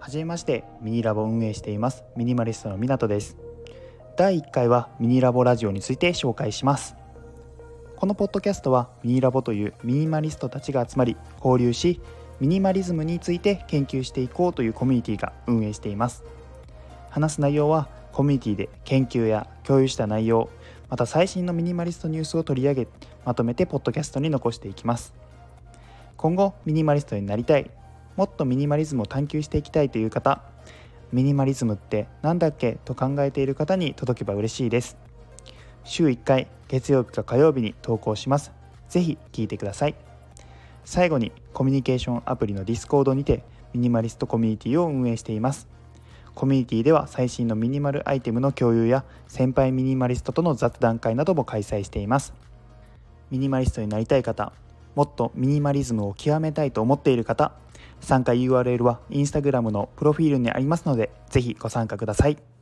はじめまして、ミニラボを運営していますミニマリストの湊です。第1回はミニラボラジオについて紹介します。このポッドキャストはミニラボというミニマリストたちが集まり交流し、ミニマリズムについて研究していこうというコミュニティが運営しています。話す内容はコミュニティで研究や共有した内容、また最新のミニマリストニュースを取り上げまとめてポッドキャストに残していきます。今後ミニマリストになりたい、もっとミニマリズムを探求していきたいという方、ミニマリズムってなんだっけと考えている方に届けば嬉しいです。週1回月曜日か火曜日に投稿します。ぜひ聞いてください。最後にコミュニケーションアプリの Discord にてミニマリストコミュニティを運営しています。コミュニティでは最新のミニマルアイテムの共有や先輩ミニマリストとの雑談会なども開催しています。ミニマリストになりたい方、もっとミニマリズムを極めたいと思っている方、参加 URL はインスタグラムのプロフィールにありますので、ぜひご参加ください。